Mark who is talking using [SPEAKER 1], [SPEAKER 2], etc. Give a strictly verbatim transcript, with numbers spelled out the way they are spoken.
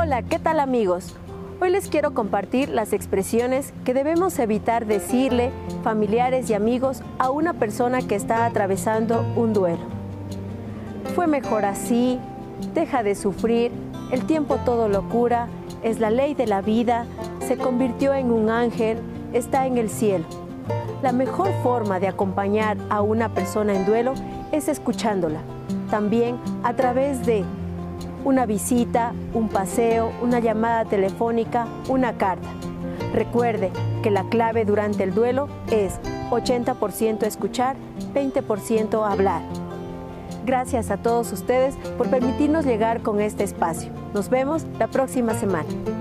[SPEAKER 1] Hola, ¿qué tal amigos? Hoy les quiero compartir las expresiones que debemos evitar decirle, familiares y amigos, a una persona que está atravesando un duelo. Fue mejor así, deja de sufrir, el tiempo todo lo cura, es la ley de la vida, se convirtió en un ángel, está en el cielo. La mejor forma de acompañar a una persona en duelo es escuchándola, también a través de una visita, un paseo, una llamada telefónica, una carta. Recuerde que la clave durante el duelo es ochenta por ciento escuchar, veinte por ciento hablar. Gracias a todos ustedes por permitirnos llegar con este espacio. Nos vemos la próxima semana.